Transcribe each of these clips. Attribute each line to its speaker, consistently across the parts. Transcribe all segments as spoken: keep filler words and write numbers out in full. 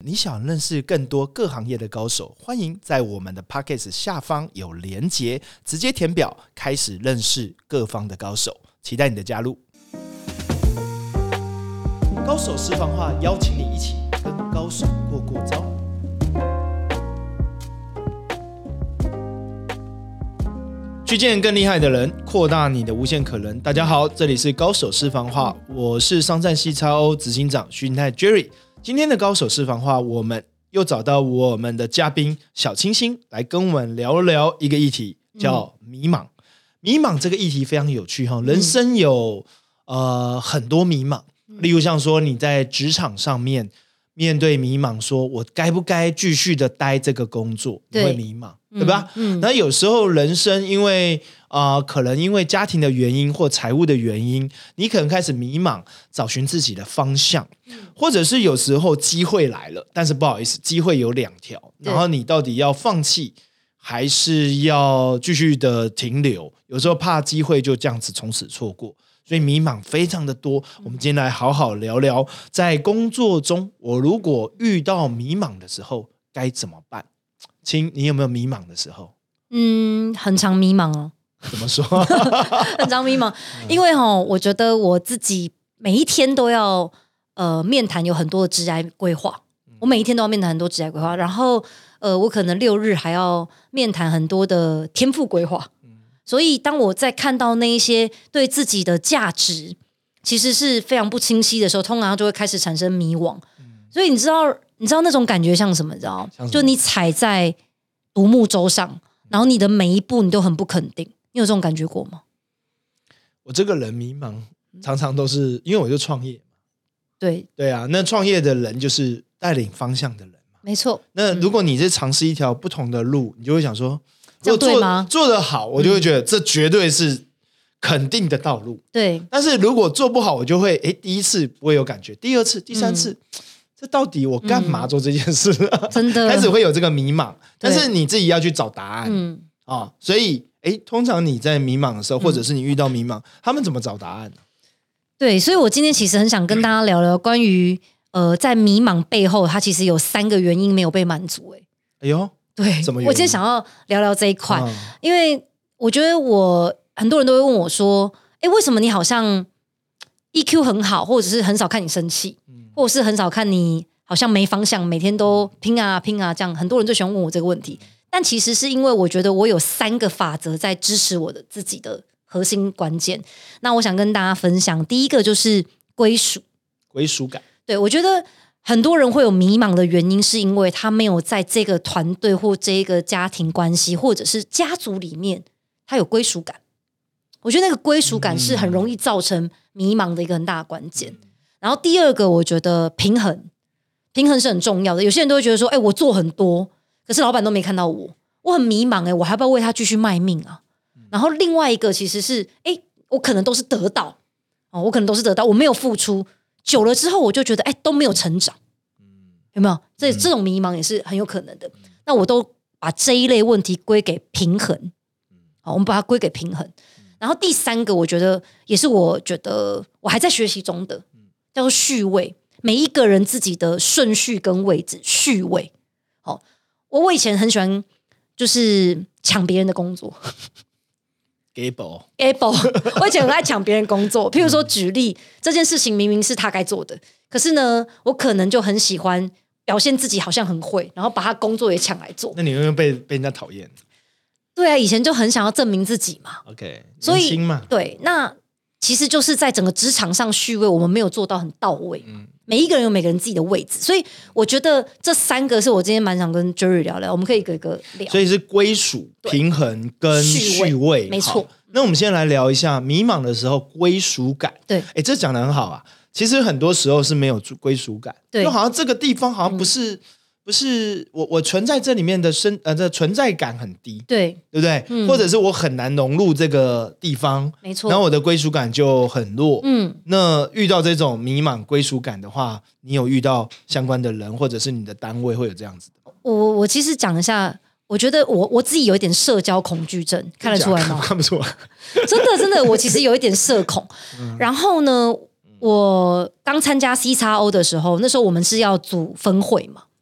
Speaker 1: 你想认识更多各行业的高手，欢迎在我们的 Podcast 下方有连结，直接填表开始认识各方的高手，期待你的加入。高手私房话，邀请你一起跟高手过过招。去见更厉害的人，扩大你的无限可能。大家好，这里是高手私房话，我是商战 C X O 执行长徐泰 Jerry。今天的高手私房话，我们又找到我们的嘉宾小清新来跟我们聊聊一个议题，叫迷茫。嗯、迷茫这个议题非常有趣哈，人生有、呃、很多迷茫，例如像说你在职场上面面对迷茫，说我该不该继续的待这个工作，你会迷茫，对吧？嗯，那有时候人生因为、呃、可能因为家庭的原因或财务的原因，你可能开始迷茫，找寻自己的方向，或者是有时候机会来了，但是不好意思，机会有两条，然后你到底要放弃还是要继续的停留？有时候怕机会就这样子从此错过。所以迷茫非常的多，我们今天来好好聊聊，在工作中我如果遇到迷茫的时候该怎么办？亲，你有没有迷茫的时候？
Speaker 2: 嗯，很常迷茫哦。
Speaker 1: 怎么说？
Speaker 2: 很常迷茫，因为齁，我觉得我自己每一天都要呃面谈有很多的职涯规划，我每一天都要面谈很多职涯规划，然后呃我可能六日还要面谈很多的天赋规划。所以当我在看到那一些对自己的价值其实是非常不清晰的时候，通常就会开始产生迷惘。嗯、所以你知道你知道那种感觉像什么？你知道就你踩在独木舟上，然后你的每一步你都很不肯定，你有这种感觉过吗？
Speaker 1: 我这个人迷茫常常都是因为我就创业嘛。
Speaker 2: 对
Speaker 1: 对啊，那创业的人就是带领方向的人嘛。
Speaker 2: 没错。
Speaker 1: 那如果你是尝试一条不同的路，你就会想说
Speaker 2: 这样对吗？
Speaker 1: 做得好，我就会觉得这绝对是肯定的道路。
Speaker 2: 对，
Speaker 1: 但是如果做不好，我就会诶，第一次不会有感觉，第二次、第三次，嗯、这到底我干嘛做这件事？嗯、
Speaker 2: 真的
Speaker 1: 开始会有这个迷茫，但是你自己要去找答案。嗯哦、所以诶，通常你在迷茫的时候，或者是你遇到迷茫，嗯、他们怎么找答案？
Speaker 2: 对，所以我今天其实很想跟大家聊聊关于呃，在迷茫背后，它其实有三个原因没有被满足。哎，哎呦。对，我今天想要聊聊这一块、嗯、因为我觉得我很多人都会问我说诶，为什么你好像 E Q 很好，或者是很少看你生气、嗯、或者是很少看你好像没方向，每天都拼啊拼啊这样，很多人就喜欢问我这个问题。但其实是因为我觉得我有三个法则在支持我的自己的核心关键，那我想跟大家分享。第一个就是归属，
Speaker 1: 归属感。
Speaker 2: 对，我觉得很多人会有迷茫的原因，是因为他没有在这个团队或这个家庭关系或者是家族里面，他有归属感。我觉得那个归属感是很容易造成迷茫的一个很大的关键。嗯、然后第二个，我觉得平衡，平衡是很重要的。有些人都会觉得说，哎，我做很多，可是老板都没看到我，我很迷茫，哎，我还要不要为他继续卖命啊？嗯、然后另外一个其实是，哎，我可能都是得到，哦，我可能都是得到，我没有付出。久了之后我就觉得哎都没有成长，有没有？这这种迷茫也是很有可能的。那我都把这一类问题归给平衡，好，我们把它归给平衡。然后第三个，我觉得也是我觉得我还在学习中的，叫做序位。每一个人自己的顺序跟位置，序位。好，我我以前很喜欢就是抢别人的工作。
Speaker 1: Able
Speaker 2: Able 我以前很爱抢别人工作，譬如说举例，这件事情明明是他该做的，可是呢我可能就很喜欢表现自己好像很会，然后把他工作也抢来做。
Speaker 1: 那你会不会被被人家讨厌？
Speaker 2: 对啊，以前就很想要证明自己嘛。
Speaker 1: OK，
Speaker 2: 所以
Speaker 1: 年轻嘛。
Speaker 2: 对，那其实就是在整个职场上序位我们没有做到很到位、嗯、每一个人有每个人自己的位置，所以我觉得这三个是我今天蛮想跟 Jerry 聊聊，我们可以一个一个聊。
Speaker 1: 所以是归属、平衡跟序位，序位
Speaker 2: 没错。
Speaker 1: 那我们先来聊一下迷茫的时候归属感。
Speaker 2: 对，
Speaker 1: 哎，这讲得很好啊。其实很多时候是没有归属感，对，就好像这个地方好像不是、嗯、不是我我存在这里面的身呃这存在感很低，
Speaker 2: 对
Speaker 1: 对不对、嗯？或者是我很难融入这个地方，
Speaker 2: 没错。
Speaker 1: 然后我的归属感就很弱。嗯，那遇到这种迷茫归属感的话，你有遇到相关的人或者是你的单位会有这样子的？
Speaker 2: 我我其实讲一下。我觉得我我自己有一点社交恐惧症，看得出来吗？
Speaker 1: 看不出来，
Speaker 2: 真的真的，我其实有一点社恐。嗯、然后呢，我刚参加 C X O 的时候，那时候我们是要组分会嘛，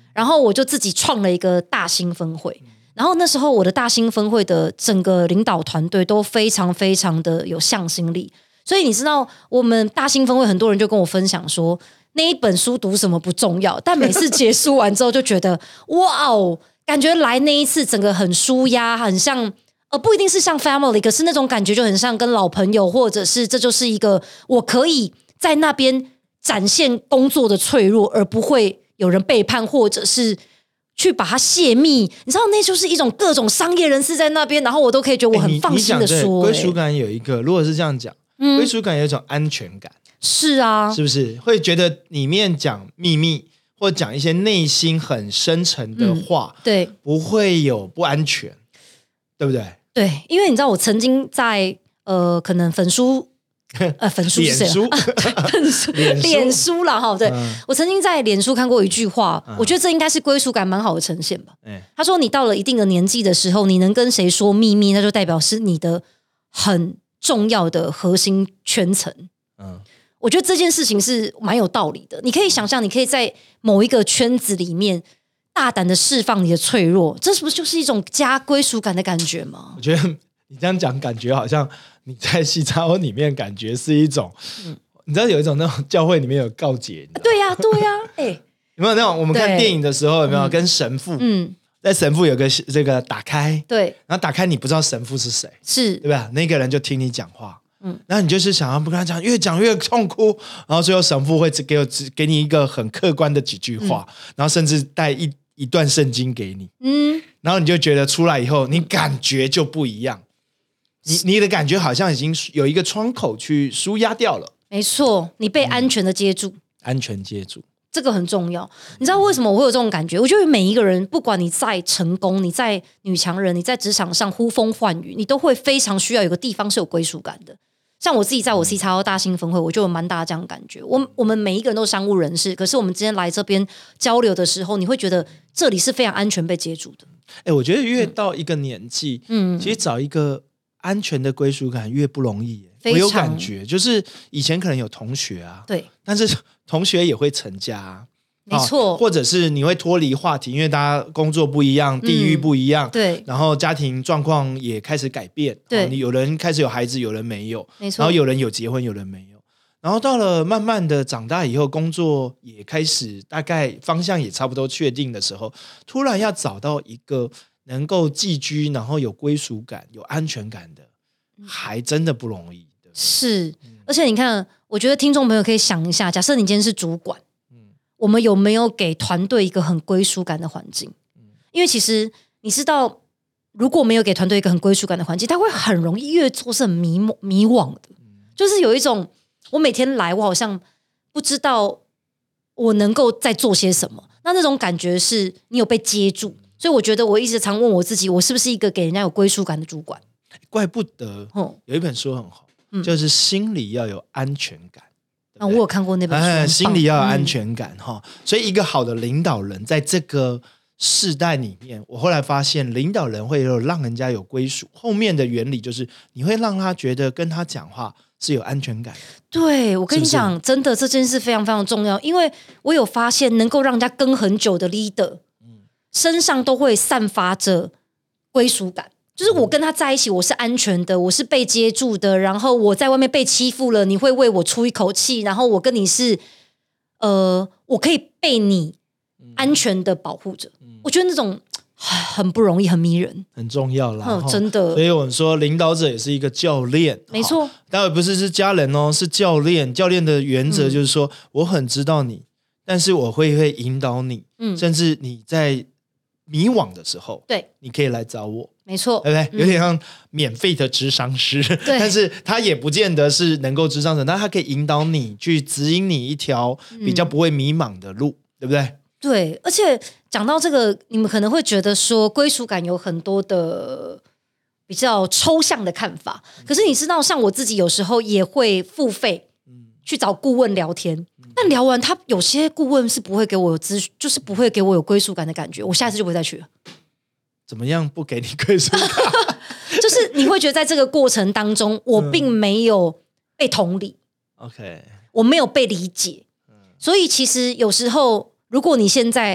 Speaker 2: 然后我就自己创了一个大兴分会。然后那时候我的大兴分会的整个领导团队都非常非常的有向心力，所以你知道我们大兴分会很多人就跟我分享说，那一本书读什么不重要，但每次结束完之后就觉得哇哦，感觉来那一次整个很舒压，很像呃不一定是像 family， 可是那种感觉就很像跟老朋友，或者是这就是一个我可以在那边展现工作的脆弱，而不会有人背叛，或者是去把它泄密，你知道那就是一种各种商业人士在那边，然后我都可以觉得我很放心的说，
Speaker 1: 归属感有一个，如果是这样讲，归属感有一种安全感，
Speaker 2: 是啊，
Speaker 1: 是不是会觉得里面讲秘密或讲一些内心很深沉的话，
Speaker 2: 嗯、对，
Speaker 1: 不会有不安全，对不对？
Speaker 2: 对，因为你知道我曾经在呃可能粉书。呃，粉书是谁？脸书，脸书啦哈。对、嗯，我曾经在脸书看过一句话、嗯，我觉得这应该是归属感蛮好的呈现吧。嗯、他说，你到了一定的年纪的时候，你能跟谁说秘密，那就代表是你的很重要的核心圈层。嗯，我觉得这件事情是蛮有道理的。你可以想象，你可以在某一个圈子里面大胆的释放你的脆弱，这是不是就是一种加归属感的感觉吗？
Speaker 1: 我觉得你这样讲，感觉好像你在西叉欧里面感觉是一种、嗯、你知道有一种那种教会里面有告解，
Speaker 2: 对呀、啊、对呀、啊欸、
Speaker 1: 有没有那种我们看电影的时候有没有、嗯、跟神父嗯在神父有个这个打开，
Speaker 2: 对，
Speaker 1: 然后打开你不知道神父是谁，
Speaker 2: 是
Speaker 1: 对吧？那个人就听你讲话，嗯，然后你就是想要不跟他讲，越讲越痛哭，然后最后神父会给我给你一个很客观的几句话、嗯、然后甚至带一一段圣经给你，嗯，然后你就觉得出来以后你感觉就不一样，你你的感觉好像已经有一个窗口去抒压掉了，
Speaker 2: 没错，你被安全的接住、嗯、
Speaker 1: 安全接住，
Speaker 2: 这个很重要。你知道为什么我会有这种感觉？我觉得每一个人，不管你再成功，你在女强人，你在职场上呼风唤雨，你都会非常需要有个地方是有归属感的。像我自己在我 C X O 大兴分会，我就有蛮大这样的感觉。我我们每一个人都是商务人士，可是我们今天来这边交流的时候，你会觉得这里是非常安全被接住的。
Speaker 1: 欸、我觉得越到一个年纪，嗯，其实找一个安全的归属感越不容易、欸。我有感觉，就是以前可能有同学啊，
Speaker 2: 对，
Speaker 1: 但是同学也会成家、啊，
Speaker 2: 没错、
Speaker 1: 哦，或者是你会脱离话题，因为大家工作不一样，地域不一样，嗯、
Speaker 2: 对，
Speaker 1: 然后家庭状况也开始改变，
Speaker 2: 对，
Speaker 1: 哦、有人开始有孩子，有人没有，
Speaker 2: 没错，
Speaker 1: 然后有人有结婚，有人没有，然后到了慢慢的长大以后，工作也开始大概方向也差不多确定的时候，突然要找到一个能够寄居，然后有归属感、有安全感的，还真的不容易。
Speaker 2: 是，而且你看，我觉得听众朋友可以想一下，假设你今天是主管，嗯，我们有没有给团队一个很归属感的环境？嗯，因为其实你知道，如果没有给团队一个很归属感的环境，他会很容易越做是很迷迷惘的，就是有一种我每天来，我好像不知道我能够在做些什么，那那种感觉是你有被接住，所以我觉得我一直常问我自己，我是不是一个给人家有归属感的主管？
Speaker 1: 怪不得，有一本书很好。嗯、就是心里要有安全感，
Speaker 2: 啊，我有看过那本书，
Speaker 1: 哎、心里要有安全感哈、嗯。所以一个好的领导人，在这个世代里面，我后来发现，领导人会有让人家有归属。后面的原理就是，你会让他觉得跟他讲话是有安全感的。
Speaker 2: 对，我跟你讲，是是真的这件事非常非常重要，因为我有发现，能够让人家跟很久的 leader，、嗯、身上都会散发着归属感。就是我跟他在一起，我是安全的，我是被接住的，然后我在外面被欺负了，你会为我出一口气，然后我跟你是，呃，我可以被你安全的保护着。嗯、我觉得那种很不容易，很迷人，
Speaker 1: 很重要啦，
Speaker 2: 嗯、真的。
Speaker 1: 所以我们说，领导者也是一个教练，
Speaker 2: 没错。
Speaker 1: 当然不是是家人哦，是教练。教练的原则就是说，嗯、我很知道你，但是我会会引导你，嗯、甚至你在迷惘的时候，
Speaker 2: 对，
Speaker 1: 你可以来找我。
Speaker 2: 没错，
Speaker 1: 对不对？有点像免费的諮商師、嗯、但是他也不见得是能够諮商者，但他可以引導你去指引你一條比較不會迷茫的路、嗯、對不對？
Speaker 2: 對，而且講到這個，你們可能會覺得說歸屬感有很多的比較抽象的看法、嗯、可是你知道，像我自己有時候也會付費去找顧問聊天、嗯、但聊完他有些顧問是不會給我有資訊，就是不會給我有歸屬感的感覺，我下次就不會再去了。
Speaker 1: 怎麼樣不給你歸屬感？
Speaker 2: 就是你會覺得在這個過程當中，我並沒有被同理、
Speaker 1: 嗯、OK，
Speaker 2: 我沒有被理解、嗯、所以其實有時候如果你現在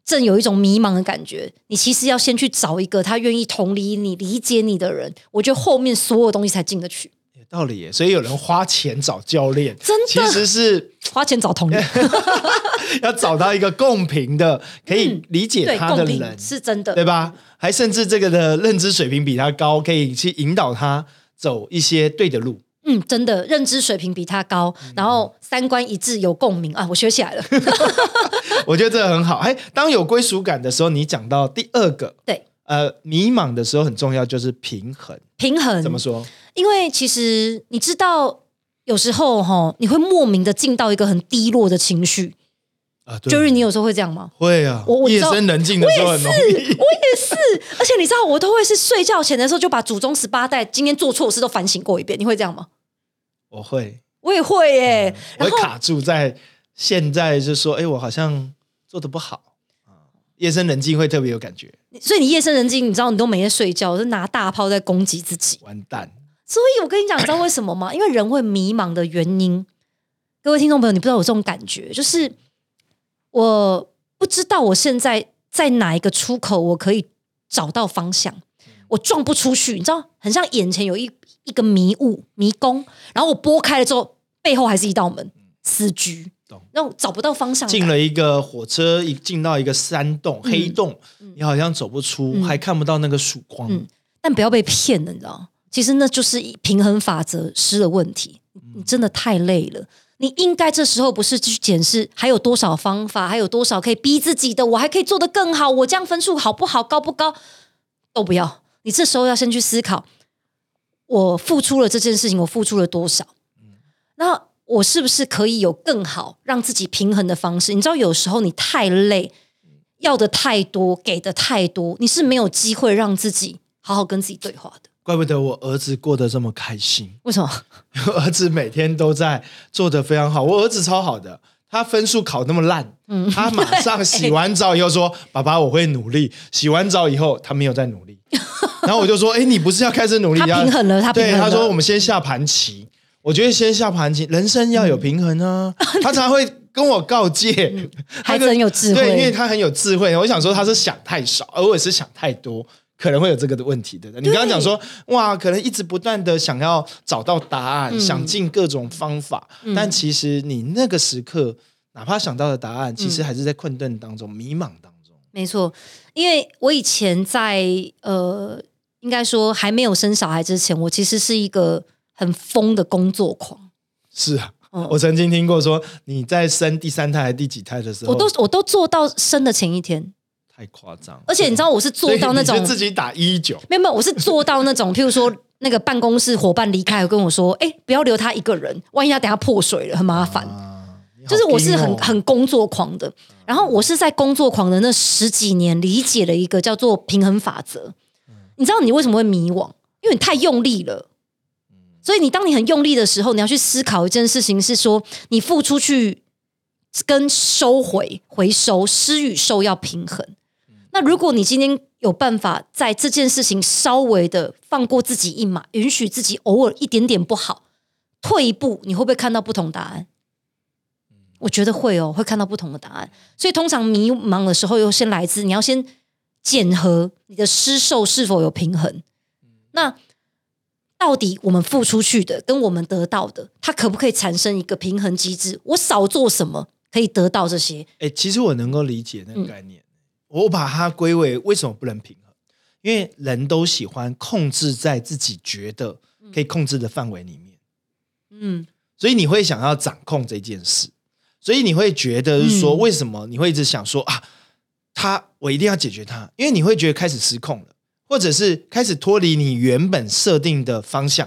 Speaker 2: 正有一种迷茫的感觉，你其实要先去找一个他愿意同理你、理解你的人，我觉得后面所有东西才进得去。
Speaker 1: 有道理耶，所以有人花钱找教练，
Speaker 2: 真的
Speaker 1: 其实是
Speaker 2: 花钱找同理
Speaker 1: 要找到一个共频的可以理解他的人、
Speaker 2: 嗯、对，共频是真的，
Speaker 1: 对吧？还甚至这个的认知水平比他高，可以去引导他走一些对的路。
Speaker 2: 嗯，真的认知水平比他高、嗯、然后三观一致有共鸣啊，我学起来了
Speaker 1: 我觉得这个很好。哎，当有归属感的时候，你讲到第二个，
Speaker 2: 对，
Speaker 1: 呃，迷茫的时候很重要，就是平衡。
Speaker 2: 平衡
Speaker 1: 怎么说？
Speaker 2: 因为其实你知道有时候齁你会莫名的进到一个很低落的情绪啊，就是你有时候会这样吗？
Speaker 1: 会啊，我我夜深人静的时候很容易。
Speaker 2: 我也是，我也是而且你知道我都会是睡觉前的时候就把祖宗十八代今天做错事都反省过一遍。你会这样吗？
Speaker 1: 我会，
Speaker 2: 我也会耶、嗯、
Speaker 1: 我会卡住在现在就说哎，我好像做得不好。夜深人静会特别有感觉，
Speaker 2: 所以你夜深人静，你知道你都没在睡觉，就拿大炮在攻击自己，
Speaker 1: 完蛋。
Speaker 2: 所以我跟你讲，你知道为什么吗？因为人会迷茫的原因，各位听众朋友，你不知道有这种感觉，就是我不知道我现在在哪一个出口，我可以找到方向，我撞不出去，你知道，很像眼前有一一个迷雾迷宫，然后我拨开了之后，背后还是一道门，死局。那种找不到方向，
Speaker 1: 进了一个火车，一进到一个山洞、嗯、黑洞、嗯、你好像走不出、嗯、还看不到那个曙光、嗯、
Speaker 2: 但不要被骗了，你知道，其实那就是平衡法则失了问题、嗯、你真的太累了，你应该这时候不是去检视还有多少方法，还有多少可以逼自己的，我还可以做得更好，我这样分数好不好，高不高，都不要，你这时候要先去思考，我付出了这件事情，我付出了多少、嗯、那我是不是可以有更好让自己平衡的方式？你知道有时候你太累，要的太多，给的太多，你是没有机会让自己好好跟自己对话的。
Speaker 1: 怪不得我儿子过得这么开心。
Speaker 2: 为什么？
Speaker 1: 我儿子每天都在做得非常好，我儿子超好的，他分数考那么烂、嗯、他马上洗完澡以后说爸爸我会努力，洗完澡以后他没有再努力然后我就说哎，你不是要开始努力，
Speaker 2: 他平衡了，他平衡了，
Speaker 1: 对，他说我们先下盘棋，我觉得先下盘棋，人生要有平衡啊、嗯、他才会跟我告诫、嗯、
Speaker 2: 孩子很有智慧，
Speaker 1: 对，因为他很有智慧，我想说他是想太少，而我也是想太多，可能会有这个的问题的。你刚刚讲说哇，可能一直不断的想要找到答案、嗯、想尽各种方法、嗯、但其实你那个时刻哪怕想到的答案、嗯、其实还是在困顿当中、迷茫当中。
Speaker 2: 没错，因为我以前在呃应该说还没有生小孩之前，我其实是一个很疯的工作狂。
Speaker 1: 是啊、嗯、我曾经听过说你在生第三胎还是第几胎的时候，
Speaker 2: 我都我都做到生的前一天，
Speaker 1: 太夸张了。
Speaker 2: 而且你知道我是做到那种，
Speaker 1: 你是自己打一一九，
Speaker 2: 没有没有，我是做到那种譬如说那个办公室伙伴离开跟我说哎、欸，不要留他一个人，万一他等下破水了很麻烦、啊哦、就是我是很很工作狂的。然后我是在工作狂的那十几年理解了一个叫做平衡法则、嗯、你知道你为什么会迷惘？因为你太用力了，所以你当你很用力的时候，你要去思考一件事情，是说你付出去跟收回回收，施与受要平衡。那如果你今天有办法在这件事情稍微的放过自己一马，允许自己偶尔一点点不好，退一步，你会不会看到不同答案？我觉得会哦，会看到不同的答案。所以通常迷茫的时候，又先来自你要先检核你的施受是否有平衡。那到底我们付出去的跟我们得到的，它可不可以产生一个平衡机制？我少做什么可以得到这些？
Speaker 1: 欸、其实我能够理解那个概念、嗯、我把它归为为什么不能平衡，因为人都喜欢控制在自己觉得可以控制的范围里面，嗯，所以你会想要掌控这件事，所以你会觉得说为什么你会一直想说啊，他我一定要解决它，因为你会觉得开始失控了，或者是开始脱离你原本设定的方向。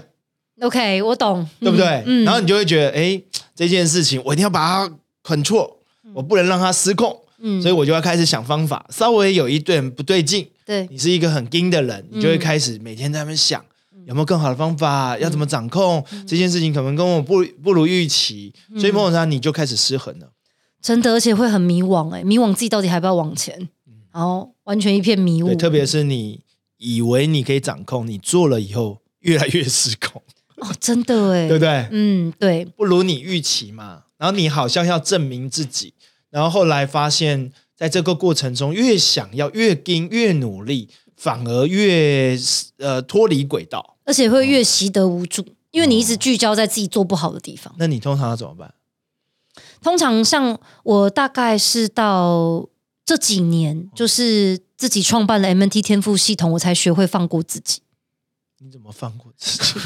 Speaker 2: OK 我懂，
Speaker 1: 对不对、嗯、然后你就会觉得哎，这件事情我一定要把它control、嗯、我不能让它失控、嗯、所以我就要开始想方法，稍微有一点不对劲，对，你是一个很硬的人，你就会开始每天在那边想、嗯、有没有更好的方法、嗯、要怎么掌控、嗯、这件事情可能跟我 不, 不如预期、嗯、所以某种程度上你就开始失衡了，
Speaker 2: 真的，而且会很迷惘、欸、迷惘自己到底还不要往前、嗯、然后完全一片迷雾，
Speaker 1: 对，特别是你以为你可以掌控，你做了以后越来越失控。
Speaker 2: 哦，真的耶，
Speaker 1: 对不对？
Speaker 2: 嗯，对，
Speaker 1: 不如你预期嘛，然后你好像要证明自己，然后后来发现在这个过程中越想要越拼越努力，反而越呃脱离轨道，
Speaker 2: 而且会越习得无助，因为你一直聚焦在自己做不好的地方。
Speaker 1: 那你通常要怎么办？
Speaker 2: 通常像我大概是到这几年，就是自己创办了 M N T 天赋系统，我才学会放过自己。
Speaker 1: 你怎么放过自己？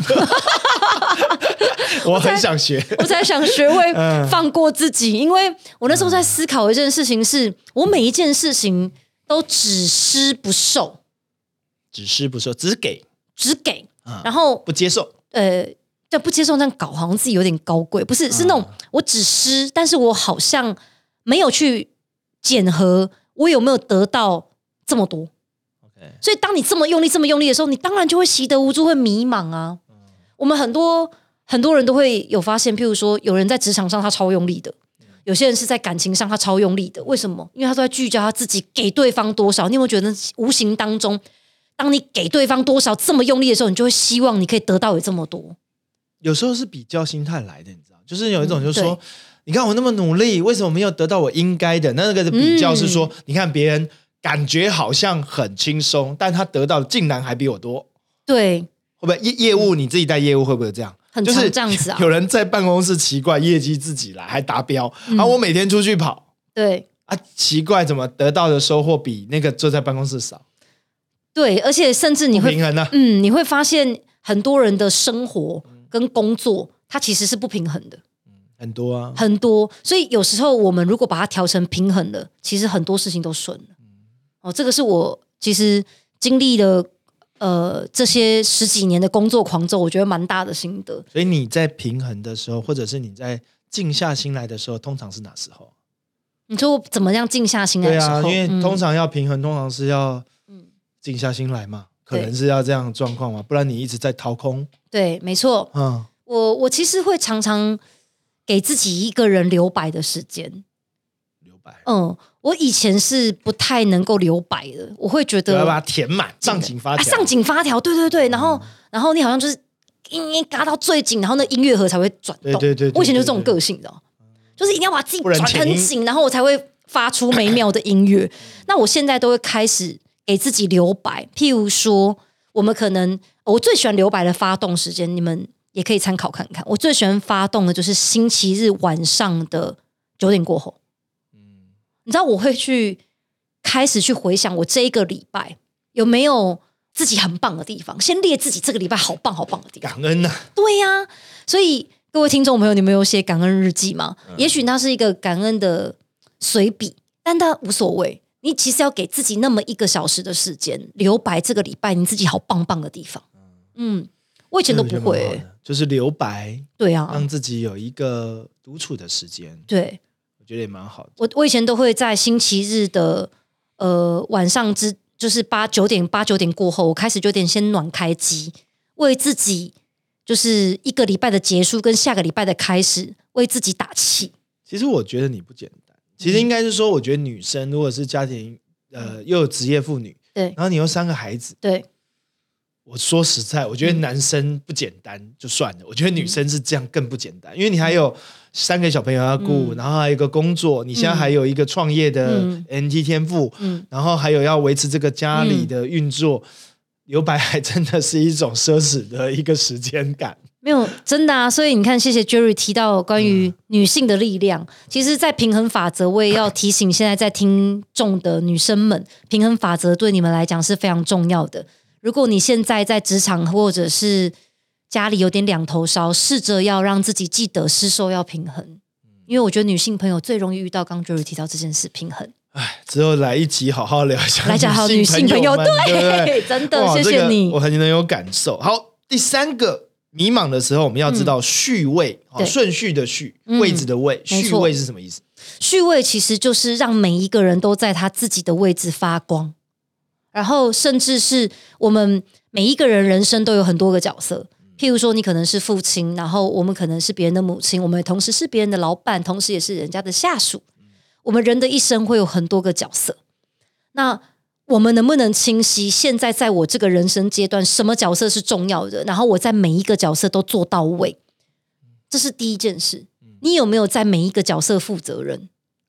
Speaker 1: 我很想学，
Speaker 2: 我才想学会放过自己，因为我那时候在思考一件事情是，我每一件事情都只施不受，
Speaker 1: 只施不受，只给，
Speaker 2: 只给，嗯、然后
Speaker 1: 不接受，
Speaker 2: 呃。对，不接受这样搞，好像自己有点高贵，不是，是那种我只施，但是我好像没有去检核我有没有得到这么多。Okay. 所以当你这么用力、这么用力的时候，你当然就会习得无助，会迷茫啊。嗯、我们很多很多人都会有发现，譬如说，有人在职场上他超用力的，有些人是在感情上他超用力的。为什么？因为他都在聚焦他自己给对方多少。你有没有觉得无形当中，当你给对方多少这么用力的时候，你就会希望你可以得到有这么多。
Speaker 1: 有时候是比较心态来的，你知道，就是有一种就是说、嗯、你看我那么努力，为什么没有得到我应该的？那那个比较是说、嗯、你看别人感觉好像很轻松，但他得到竟然还比我多。
Speaker 2: 对，
Speaker 1: 会不会业业务你自己带业务会不会这样？
Speaker 2: 很常这样子啊。
Speaker 1: 就是、有人在办公室奇怪业绩自己来还达标，然、嗯、后、啊、我每天出去跑，
Speaker 2: 对
Speaker 1: 啊，奇怪怎么得到的收获比那个坐在办公室少？
Speaker 2: 对，而且甚至你会
Speaker 1: 平衡啊，
Speaker 2: 嗯，你会发现很多人的生活。跟工作它其实是不平衡的、
Speaker 1: 嗯、很多啊
Speaker 2: 很多，所以有时候我们如果把它调成平衡了，其实很多事情都顺了、嗯、哦，这个是我其实经历了呃这些十几年的工作狂之后，我觉得蛮大的心得。
Speaker 1: 所以你在平衡的时候，或者是你在静下心来的时候，通常是哪时候？
Speaker 2: 你说我怎么样静下心来的时候？
Speaker 1: 对啊，因为通常要平衡、嗯、通常是要静下心来嘛，可能是要这样的状况嘛，不然你一直在掏空。
Speaker 2: 对，没错。嗯，我我其实会常常给自己一个人留白的时间。
Speaker 1: 留白。嗯，
Speaker 2: 我以前是不太能够留白的，我会觉得
Speaker 1: 要把它填满，上紧发条、啊，
Speaker 2: 上紧发条。对对对，然后、嗯、然后你好像就是音嘎到最紧，然后那音乐盒才会转动。对 对, 对, 对, 对, 对, 对, 对, 对, 对, 对, 对, 对, 对, 对，我以前就这种个性的、哦，就是一定要把自己转很紧，然后我才会发出美妙的音乐。那我现在都会开始给自己留白，譬如说，我们可能。我最喜欢留白的发动时间，你们也可以参考看看。我最喜欢发动的就是星期日晚上的九点过后。嗯，你知道我会去开始去回想我这一个礼拜有没有自己很棒的地方，先列自己这个礼拜好棒好棒的地方。
Speaker 1: 感恩啊！
Speaker 2: 对呀、啊，所以各位听众朋友，你们有写感恩日记吗？嗯、也许那是一个感恩的随笔，但它无所谓。你其实要给自己那么一个小时的时间留白，这个礼拜你自己好棒棒的地方。嗯，我以前都不会、欸，
Speaker 1: 就是留白，
Speaker 2: 对啊，
Speaker 1: 让自己有一个独处的时间。
Speaker 2: 对，
Speaker 1: 我觉得也蛮好的。
Speaker 2: 我我以前都会在星期日的呃晚上之，就是八九点八九点过后，我开始就有点先暖开机，为自己就是一个礼拜的结束跟下个礼拜的开始，为自己打气。
Speaker 1: 其实我觉得你不简单，其实应该是说，我觉得女生如果是家庭呃又有职业妇女，
Speaker 2: 对，
Speaker 1: 然后你有三个孩子，
Speaker 2: 对。
Speaker 1: 我说实在，我觉得男生不简单就算了，我觉得女生是这样更不简单，因为你还有三个小朋友要顾、嗯、然后还有一个工作，你现在还有一个创业的 N T 天赋、嗯、然后还有要维持这个家里的运作、嗯、留白还真的是一种奢侈的一个时间感。
Speaker 2: 没有真的啊，所以你看，谢谢 Jerry 提到关于女性的力量、嗯、其实在平衡法则，我也要提醒现在在听众的女生们，平衡法则对你们来讲是非常重要的。如果你现在在职场或者是家里有点两头烧，试着要让自己记得施受要平衡，因为我觉得女性朋友最容易遇到刚 Jerry 提到这件事，平衡。
Speaker 1: 哎，之后来一集好好聊一下
Speaker 2: 来讲好女性朋友，对，
Speaker 1: 对对
Speaker 2: 真的谢谢你、
Speaker 1: 這個、我很能有感受。好，第三个迷茫的时候，我们要知道序位、嗯、顺序的序、嗯、位置的位，序位是什么意思？
Speaker 2: 序位其实就是让每一个人都在他自己的位置发光。然后甚至是我们每一个人人生都有很多个角色，譬如说你可能是父亲，然后我们可能是别人的母亲，我们同时是别人的老板，同时也是人家的下属。我们人的一生会有很多个角色，那我们能不能清晰现在在我这个人生阶段什么角色是重要的，然后我在每一个角色都做到位，这是第一件事。你有没有在每一个角色负责任？
Speaker 1: OK，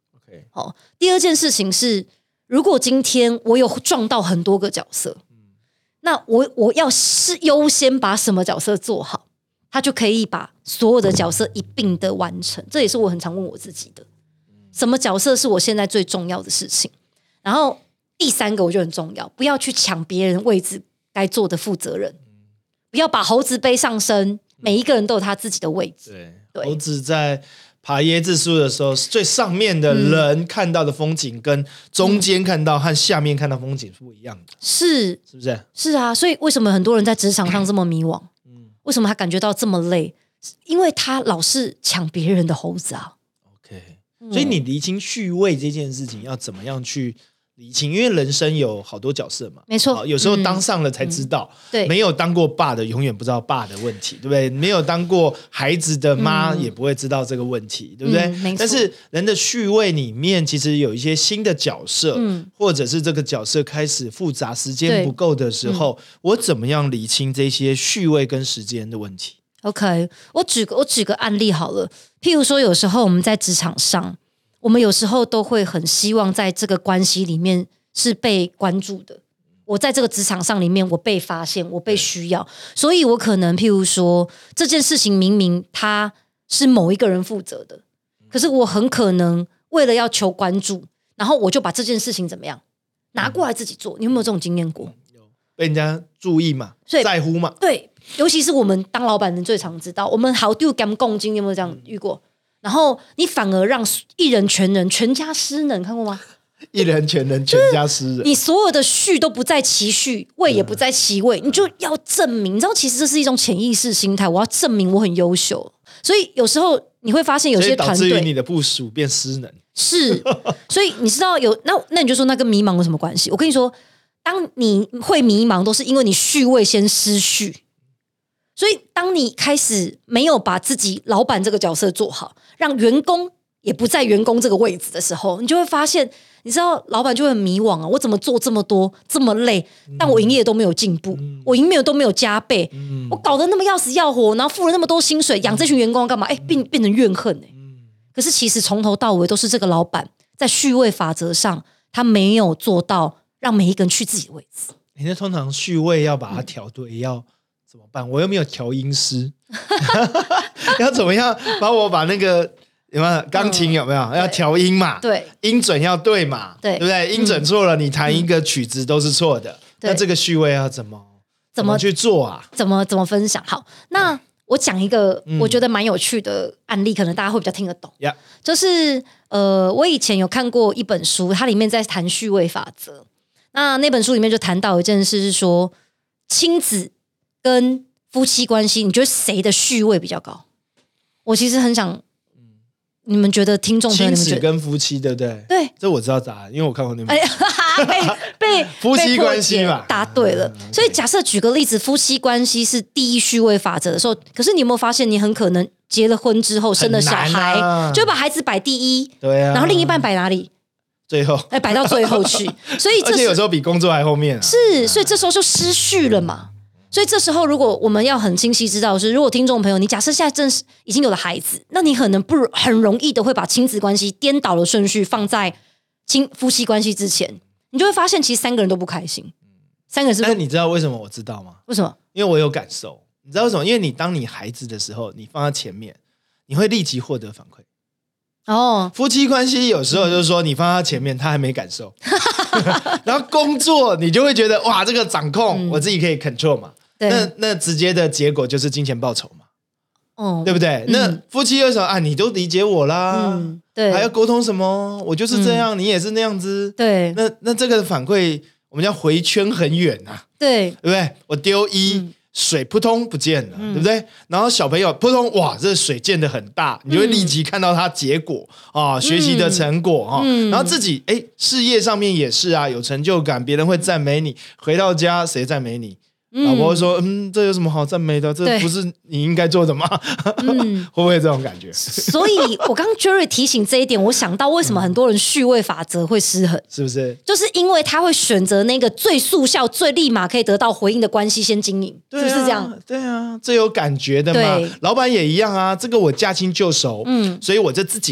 Speaker 2: 哦，第二件事情是，如果今天我有撞到很多个角色，嗯、那我我要是优先把什么角色做好，他就可以把所有的角色一并的完成。这也是我很常问我自己的，什么角色是我现在最重要的事情。然后第三个我就很重要，不要去抢别人位置该做的负责人，不要把猴子背上身。每一个人都有他自己的位置。
Speaker 1: 对，
Speaker 2: 对
Speaker 1: 猴子在爬椰子树的时候，最上面的人看到的风景跟中间看到和下面看到风景是不一样的，
Speaker 2: 是
Speaker 1: 是不是？
Speaker 2: 是啊，所以为什么很多人在职场上这么迷惘？嗯、为什么他感觉到这么累？因为他老是抢别人的猴子啊。
Speaker 1: OK，、嗯、所以你厘清序位这件事情要怎么样去厘清？因为人生有好多角色嘛，
Speaker 2: 没错，
Speaker 1: 有时候当上了才知道，嗯、对，没有当过爸的永远不知道爸的问题，对不对？没有当过孩子的妈也不会知道这个问题，嗯、对不对？嗯、但是人的序位里面其实有一些新的角色，嗯、或者是这个角色开始复杂，时间不够的时候，嗯、我怎么样厘清这些序位跟时间的问题
Speaker 2: ？OK， 我举个我举个案例好了，譬如说有时候我们在职场上。我们有时候都会很希望在这个关系里面是被关注的。我在这个职场上里面，我被发现，我被需要，所以我可能譬如说这件事情明明它是某一个人负责的，可是我很可能为了要求关注，然后我就把这件事情怎么样拿过来自己做。你有没有这种经验过？
Speaker 1: 有，被人家注意嘛，在乎嘛。
Speaker 2: 对，尤其是我们当老板人最常知道，我们好丢干共进，有没有这样遇过？然后你反而让一人全能，全家失能，看过吗？
Speaker 1: 一人全能，全家失人。
Speaker 2: 你所有的序都不在其序，位也不在其位，嗯、你就要证明。你知道，其实这是一种潜意识心态，我要证明我很优秀。所以有时候你会发现，有些团队
Speaker 1: 所以导致于你的部属变失能。
Speaker 2: 是，所以你知道有那那你就说那跟迷茫有什么关系？我跟你说，当你会迷茫，都是因为你序位先失序。所以当你开始没有把自己老板这个角色做好，让员工也不在员工这个位置的时候，你就会发现，你知道老板就会很迷惘啊，我怎么做这么多这么累，但我营业都没有进步，嗯、我营业都没有加倍，嗯、我搞得那么要死要活，然后付了那么多薪水养这群员工干嘛？哎，变变成怨恨哎、欸。嗯、可是其实从头到尾都是这个老板在序位法则上，他没有做到让每一个人去自己的位置。
Speaker 1: 你那通常序位要把它调对，嗯、要怎么办？我又没有调音师，要怎么样把我把那个有没有钢琴有没有、嗯、要调音嘛？
Speaker 2: 对，
Speaker 1: 音准要对嘛？
Speaker 2: 对，
Speaker 1: 对不对？音准错了，嗯、你弹一个曲子都是错的。那这个序位要怎么怎么去做啊？
Speaker 2: 怎么怎么分享？好，那我讲一个我觉得蛮有趣的案例，嗯、可能大家会比较听得懂。
Speaker 1: Yeah.
Speaker 2: 就是呃，我以前有看过一本书，它里面在谈序位法则。那那本书里面就谈到一件事，是说亲子跟夫妻关系，你觉得谁的序位比较高？我其实很想，你们觉得听众朋友，
Speaker 1: 亲子跟夫妻对不对？
Speaker 2: 对，
Speaker 1: 这我知道答案，因为我看过那本书。
Speaker 2: 被被
Speaker 1: 夫妻关系嘛，
Speaker 2: 答对了。嗯、所以假设举个例子，夫妻关系是第一序位法则的时候，可是你有没有发现，你很可能结了婚之后生了小孩，啊、就把孩子摆第一，
Speaker 1: 对啊，
Speaker 2: 然后另一半摆哪里？
Speaker 1: 最后，
Speaker 2: 哎，摆到最后去。所以这
Speaker 1: 而且有时候比工作还后面、啊。
Speaker 2: 是，所以这时候就失序了嘛。所以这时候，如果我们要很清晰知道是，如果听众朋友，你假设现在正是已经有了孩子，那你可能不很容易的会把亲子关系颠倒的顺序放在亲夫妻关系之前，你就会发现其实三个人都不开心。三个人是不是？
Speaker 1: 但你知道为什么我知道吗？
Speaker 2: 为什么？
Speaker 1: 因为我有感受。你知道为什么？因为你当你孩子的时候，你放在前面，你会立即获得反馈。哦，夫妻关系有时候就是说你放在前面，他还没感受，然后工作你就会觉得哇，这个掌控、嗯、我自己可以 control 嘛。那那直接的结果就是金钱报酬嘛，哦，对不对？嗯、那夫妻为什么啊？你都理解我啦，嗯、对，还要沟通什么？我就是这样，嗯、你也是那样子，
Speaker 2: 对。
Speaker 1: 那那这个反馈，我们要回圈很远啊，
Speaker 2: 对，
Speaker 1: 对不对？我丢一、嗯、水扑通不见了，嗯、对不对？然后小朋友扑通，哇，这水溅得很大，你就会立即看到他结果啊、嗯，学习的成果啊，嗯、然后自己哎，事业上面也是啊，有成就感，别人会赞美你，回到家谁赞美你？老婆说嗯这有什么好赞美的，这不是你应该做的吗？嗯、会不会有这种感觉？
Speaker 2: 所以我刚刚 Jerry 提醒这一点，我想到为什么很多人序位法则会失衡，
Speaker 1: 是不是
Speaker 2: 就是因为他会选择那个最速效最立马可以得到回应的关系先经营，
Speaker 1: 对啊、
Speaker 2: 是不是这样？
Speaker 1: 对啊，最有感觉的嘛。老板也一样啊，这个我驾轻就熟，嗯，所以我就自己来。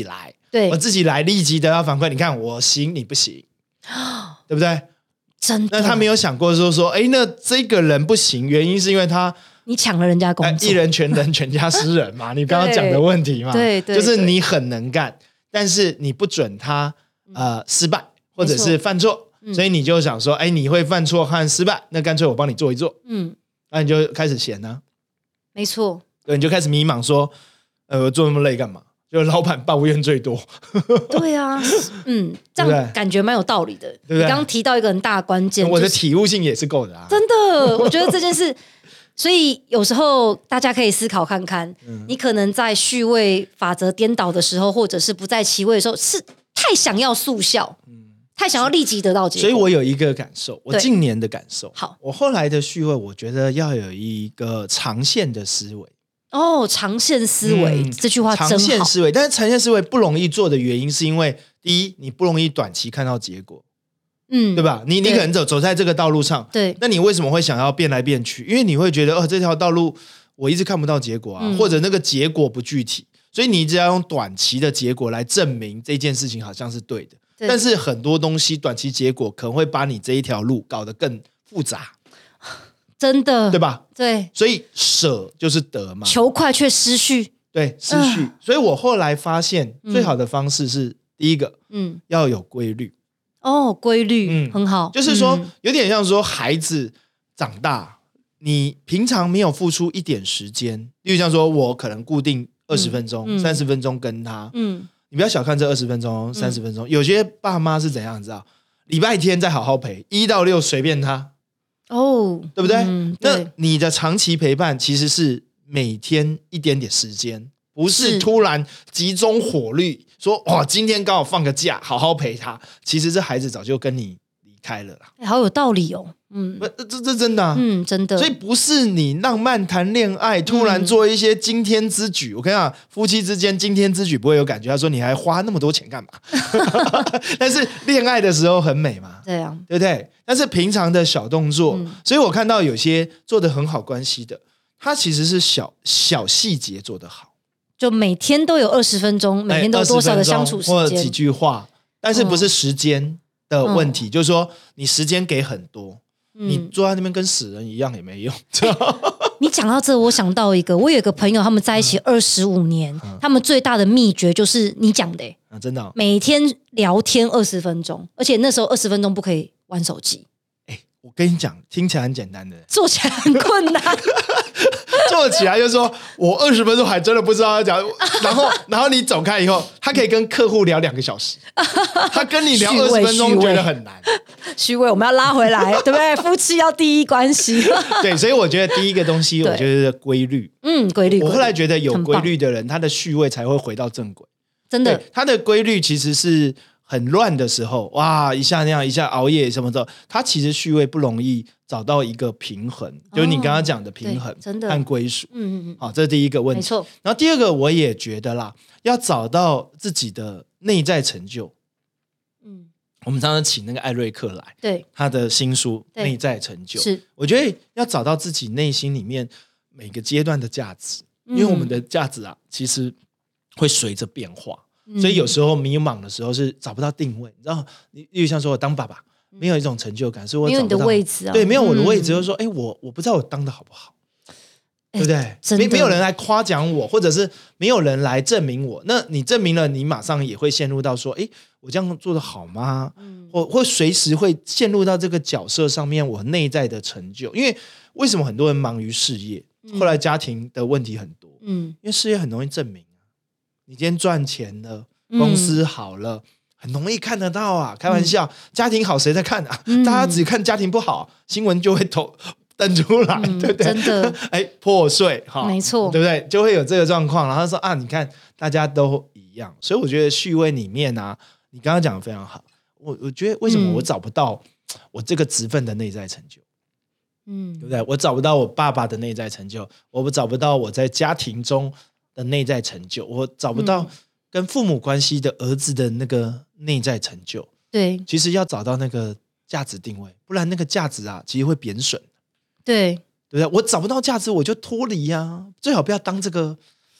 Speaker 2: 对
Speaker 1: 我自己来立即得到反馈，你看我行你不行，对不对？
Speaker 2: 真的。
Speaker 1: 那他没有想过说说，哎，那这个人不行，原因是因为他
Speaker 2: 你抢了人家工作，
Speaker 1: 一人全能全家失人嘛，你刚刚讲的问题嘛，
Speaker 2: 对对，
Speaker 1: 就是你很能干，但是你不准他呃失败或者是犯错，所以你就想说，哎，你会犯错和失败，那干脆我帮你做一做，嗯，那你就开始闲呢，
Speaker 2: 没错，
Speaker 1: 对，你就开始迷茫说，呃，我做那么累干嘛？就老板抱怨最多。
Speaker 2: 对啊，嗯，这样感觉蛮有道理的。对不对？你刚刚提到一个很大的关键，
Speaker 1: 我的体悟性也是够的啊。
Speaker 2: 真的，我觉得这件事，所以有时候大家可以思考看看，嗯、你可能在序位法则颠倒的时候，或者是不在其位的时候，是太想要速效，嗯、太想要立即得到结果。
Speaker 1: 所以我有一个感受，我近年的感受，
Speaker 2: 好，
Speaker 1: 我后来的序位，我觉得要有一个长线的思维。
Speaker 2: 哦，长线思维、嗯、这句话真好。
Speaker 1: 长线思维，但是长线思维不容易做的原因，是因为第一，你不容易短期看到结果，嗯，对吧？你你可能走走在这个道路上，
Speaker 2: 对，
Speaker 1: 那你为什么会想要变来变去？因为你会觉得，哦，这条道路我一直看不到结果啊，嗯、或者那个结果不具体，所以你一直要用短期的结果来证明这件事情好像是对的。对，但是很多东西短期结果可能会把你这一条路搞得更复杂。
Speaker 2: 真的，
Speaker 1: 对吧？
Speaker 2: 对，
Speaker 1: 所以舍就是得嘛，
Speaker 2: 求快却失序，
Speaker 1: 对，失序。呃、所以我后来发现，最好的方式是、嗯、第一个，嗯，要有规律。
Speaker 2: 哦，规律，嗯，很好。
Speaker 1: 就是说，嗯、有点像说孩子长大，你平常没有付出一点时间，例如像说我可能固定二十分钟、三十、嗯、分钟跟他，嗯，你不要小看这二十分钟、三十分钟。嗯、有些爸妈是怎样，你知道？礼拜天再好好陪，一到六随便他。哦，对不对？嗯、对，那你的长期陪伴其实是每天一点点时间，不是突然集中火力说哇，今天刚好放个假，好好陪他。其实这孩子早就跟你离开了啦。
Speaker 2: 欸、好有道理哦，嗯，
Speaker 1: 这这真的、啊，
Speaker 2: 嗯，真的。
Speaker 1: 所以不是你浪漫谈恋爱，突然做一些惊天之举。嗯、我跟你讲，夫妻之间惊天之举不会有感觉。他说你还花那么多钱干嘛？但是恋爱的时候很美嘛，
Speaker 2: 对啊，
Speaker 1: 对不对？但是平常的小动作，嗯、所以我看到有些做得很好关系的，他其实是小小细节做得好，
Speaker 2: 就每天都有二十分钟，每天都有多少的相处时间，
Speaker 1: 或者几句话，但是不是时间的问题，嗯、就是说你时间给很多。你坐在那边跟死人一样也没用。
Speaker 2: 欸、你讲到这，我想到一个，我有一个朋友，他们在一起二十五年，嗯、他们最大的秘诀就是你讲的、欸
Speaker 1: 啊，真的、哦，
Speaker 2: 每天聊天二十分钟，而且那时候二十分钟不可以玩手机。
Speaker 1: 欸、我跟你讲，听起来很简单的，
Speaker 2: 做起来很困难。
Speaker 1: 做起来就说我二十分钟还真的不知道要讲，然后然后你走开以后，他可以跟客户聊两个小时，他跟你聊二十分钟觉得很难。
Speaker 2: 虚伪，我们要拉回来，对不对？夫妻要第一关系。
Speaker 1: 对，所以我觉得第一个东西，我觉得规律。
Speaker 2: 嗯，规律。
Speaker 1: 我后来觉得有规律的人，他的序位才会回到正轨。
Speaker 2: 真的，
Speaker 1: 他的规律其实是很乱的时候，哇，一下那样，一下熬夜什么的，他其实序位不容易找到一个平衡，哦、就是你刚刚讲的平衡和归属。嗯嗯嗯，好，这是第一个问题。
Speaker 2: 没错。
Speaker 1: 然后第二个，我也觉得啦，要找到自己的内在成就。嗯，我们常常请那个艾瑞克来，
Speaker 2: 对
Speaker 1: 他的新书《内在成就》，
Speaker 2: 是我
Speaker 1: 觉得要找到自己内心里面每个阶段的价值，嗯、因为我们的价值啊，其实会随着变化。所以有时候迷茫的时候是找不到定位，你知道，例如像说我当爸爸，没有一种成就感，是我找不到
Speaker 2: 没有你的位置啊，
Speaker 1: 对，没有我的位置，就是说，哎、嗯，我我不知道我当的好不好，对不对？没没有人来夸奖我，或者是没有人来证明我，那你证明了，你马上也会陷入到说，哎，我这样做的好吗？嗯，或或随时会陷入到这个角色上面，我内在的成就，因为为什么很多人忙于事业，后来家庭的问题很多，嗯，因为事业很容易证明。你今天赚钱了，公司好了，嗯、很容易看得到啊！开玩笑，嗯、家庭好谁在看啊？嗯、大家只看家庭不好，新闻就会投登出来，嗯、对不对？
Speaker 2: 真的，
Speaker 1: 哎，破碎哈，
Speaker 2: 没错，
Speaker 1: 对不对？就会有这个状况。然后说啊，你看大家都一样，所以我觉得序位里面啊，你刚刚讲的非常好。我我觉得为什么我找不到我这个职分的内在成就？嗯，对不对？我找不到我爸爸的内在成就，我找不到我在家庭中的内在成就，我找不到跟父母关系的儿子的那个内在成就。
Speaker 2: 对，
Speaker 1: 其实要找到那个价值定位，不然那个价值啊，其实会贬损。
Speaker 2: 对，
Speaker 1: 对不对？我找不到价值，我就脱离啊，最好不要当这个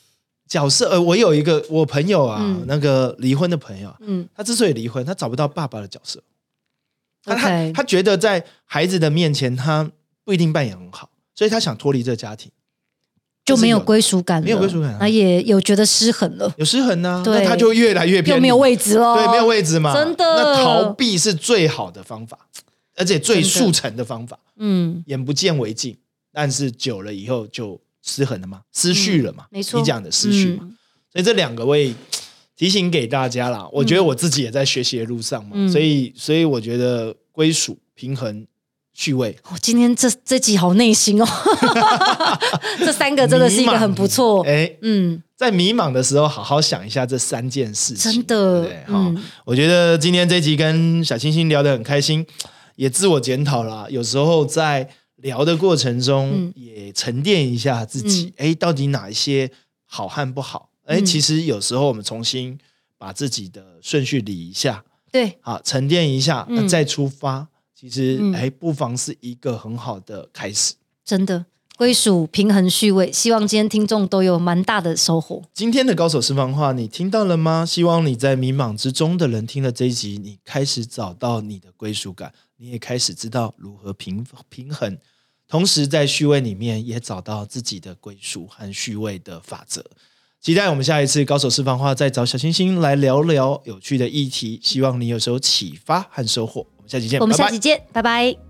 Speaker 1: 角色，呃，我有一个我朋友啊，
Speaker 2: 嗯
Speaker 1: 那个离婚的朋友，
Speaker 2: 嗯
Speaker 1: 他之所以离婚，他找不到爸爸的角色，他他
Speaker 2: ，OK，
Speaker 1: 他觉得在孩子的面前，他不一定扮演很好，所以他想脱离这个家庭，
Speaker 2: 就没有归属感了，
Speaker 1: 没有归属感啊
Speaker 2: 那也有觉得失衡了，
Speaker 1: 有失衡啊，
Speaker 2: 对
Speaker 1: 那他就越来越偏离，
Speaker 2: 又没有位置了，
Speaker 1: 对，没有位置嘛，
Speaker 2: 真的
Speaker 1: 那逃避是最好的方法，而且最速成的方法，
Speaker 2: 嗯，
Speaker 1: 眼不见为净，但是久了以后就失衡了嘛，失序了嘛，
Speaker 2: 嗯没错
Speaker 1: 你讲的失序嘛，
Speaker 2: 嗯
Speaker 1: 所以这两个我也提醒给大家啦，我觉得我自己也在学习的路上嘛，
Speaker 2: 嗯
Speaker 1: 所以所以我觉得归属、平衡、序位，
Speaker 2: 我、今天这这集好内心哦，这三个真的是一个很不错，
Speaker 1: 哎，
Speaker 2: 嗯，
Speaker 1: 在迷茫的时候，好好想一下这三件事情，
Speaker 2: 真的
Speaker 1: 对不对？好、
Speaker 2: 嗯
Speaker 1: 我觉得今天这集跟小星星聊得很开心，也自我检讨啦。有时候在聊的过程中，
Speaker 2: 嗯
Speaker 1: 也沉淀一下自己，哎、到底哪一些好和不好？哎、
Speaker 2: 嗯
Speaker 1: 其实有时候我们重新把自己的顺序理一下，
Speaker 2: 对，
Speaker 1: 好，沉淀一下，那
Speaker 2: 嗯
Speaker 1: 再出发。其实，
Speaker 2: 嗯
Speaker 1: 哎、不妨是一个很好的开始。
Speaker 2: 真的归属、平衡、序位，希望今天听众都有蛮大的收获。
Speaker 1: 今天的高手私房话你听到了吗？希望你在迷茫之中的人听了这一集，你开始找到你的归属感，你也开始知道如何平平衡，同时在序位里面也找到自己的归属和序位的法则。期待我们下一次高手私房话再找小星星来聊聊有趣的议题，希望你有所启发和收获。我们下期见，
Speaker 2: 我们
Speaker 1: 拜拜
Speaker 2: 下期见，拜拜。